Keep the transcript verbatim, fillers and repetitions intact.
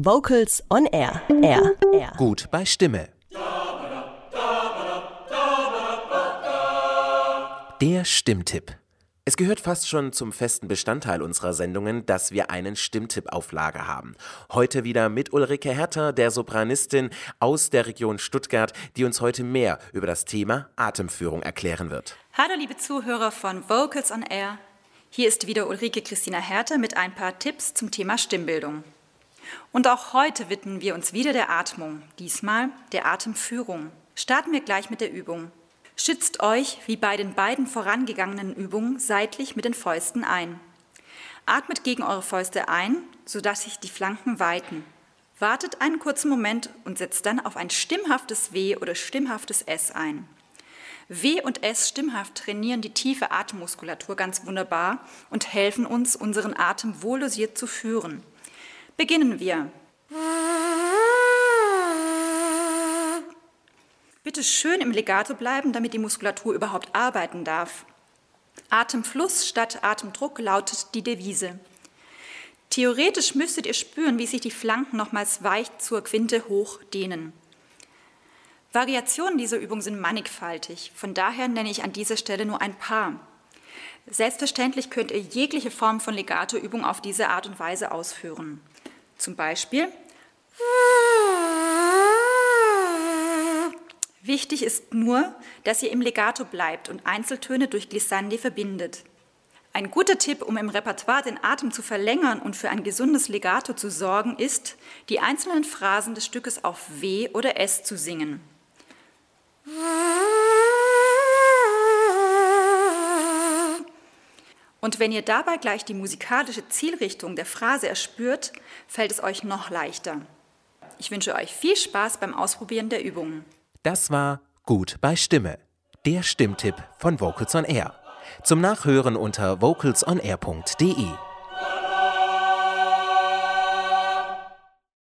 Vocals on Air. Air. Air. Gut bei Stimme. Der Stimmtipp. Es gehört fast schon zum festen Bestandteil unserer Sendungen, dass wir einen Stimmtipp auf Lager haben. Heute wieder mit Ulrike Herter, der Sopranistin aus der Region Stuttgart, die uns heute mehr über das Thema Atemführung erklären wird. Hallo liebe Zuhörer von Vocals on Air. Hier ist wieder Ulrike Christina Herter mit ein paar Tipps zum Thema Stimmbildung. Und auch heute widmen wir uns wieder der Atmung, diesmal der Atemführung. Starten wir gleich mit der Übung. Schützt euch, wie bei den beiden vorangegangenen Übungen, seitlich mit den Fäusten ein. Atmet gegen eure Fäuste ein, sodass sich die Flanken weiten. Wartet einen kurzen Moment und setzt dann auf ein stimmhaftes W oder stimmhaftes S ein. W und S stimmhaft trainieren die tiefe Atemmuskulatur ganz wunderbar und helfen uns, unseren Atem wohldosiert zu führen. Beginnen wir. Bitte schön im Legato bleiben, damit die Muskulatur überhaupt arbeiten darf. Atemfluss statt Atemdruck lautet die Devise. Theoretisch müsstet ihr spüren, wie sich die Flanken nochmals weich zur Quinte hoch dehnen. Variationen dieser Übung sind mannigfaltig, von daher nenne ich an dieser Stelle nur ein paar. Selbstverständlich könnt ihr jegliche Form von Legato-Übung auf diese Art und Weise ausführen. Zum Beispiel: Wichtig ist nur, dass ihr im Legato bleibt und Einzeltöne durch Glissandi verbindet. Ein guter Tipp, um im Repertoire den Atem zu verlängern und für ein gesundes Legato zu sorgen, ist, die einzelnen Phrasen des Stückes auf W oder S zu singen. Und wenn ihr dabei gleich die musikalische Zielrichtung der Phrase erspürt, fällt es euch noch leichter. Ich wünsche euch viel Spaß beim Ausprobieren der Übungen. Das war Gut bei Stimme, der Stimmtipp von Vocals on Air. Zum Nachhören unter vocals on air punkt de.